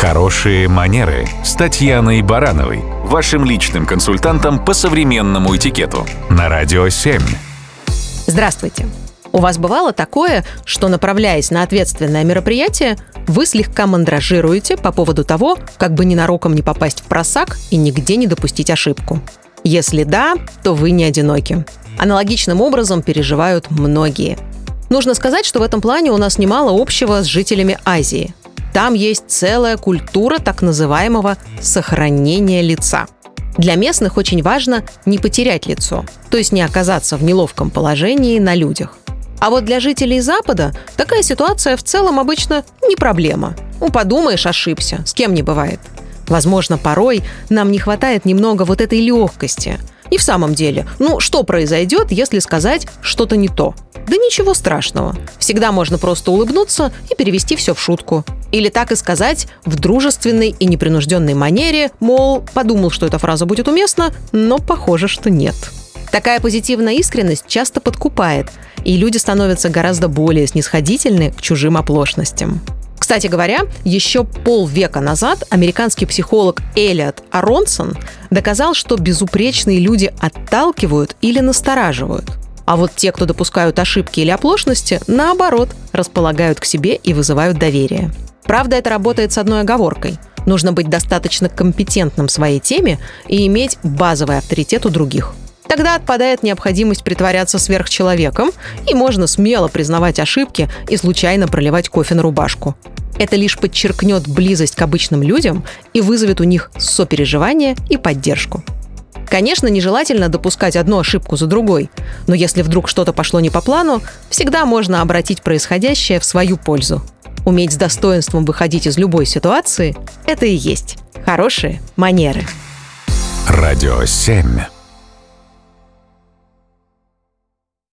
Хорошие манеры с Татьяной Барановой, вашим личным консультантом по современному этикету на Радио 7. Здравствуйте. У вас бывало такое, что, направляясь на ответственное мероприятие, вы слегка мандражируете по поводу того, как бы ненароком не попасть в просак и нигде не допустить ошибку? Если да, то вы не одиноки. Аналогичным образом переживают многие. Нужно сказать, что в этом плане у нас немало общего с жителями Азии. Там есть целая культура так называемого сохранения лица. Для местных очень важно не потерять лицо, то есть не оказаться в неловком положении на людях. А вот для жителей Запада такая ситуация в целом обычно не проблема. Подумаешь, ошибся, с кем не бывает. Возможно, порой нам не хватает немного вот этой легкости. И в самом деле, что произойдет, если сказать что-то не то? Да ничего страшного. Всегда можно просто улыбнуться и перевести все в шутку. Или так и сказать в дружественной и непринужденной манере, мол, подумал, что эта фраза будет уместна, но похоже, что нет. Такая позитивная искренность часто подкупает, и люди становятся гораздо более снисходительны к чужим оплошностям. Кстати говоря, еще полвека назад американский психолог Элиот Аронсон доказал, что безупречные люди отталкивают или настораживают. А вот те, кто допускают ошибки или оплошности, наоборот, располагают к себе и вызывают доверие. Правда, это работает с одной оговоркой. Нужно быть достаточно компетентным в своей теме и иметь базовый авторитет у других. Тогда отпадает необходимость притворяться сверхчеловеком, и можно смело признавать ошибки и случайно проливать кофе на рубашку. Это лишь подчеркнет близость к обычным людям и вызовет у них сопереживание и поддержку. Конечно, нежелательно допускать одну ошибку за другой, но если вдруг что-то пошло не по плану, всегда можно обратить происходящее в свою пользу. Уметь с достоинством выходить из любой ситуации – это и есть хорошие манеры. Радио 7.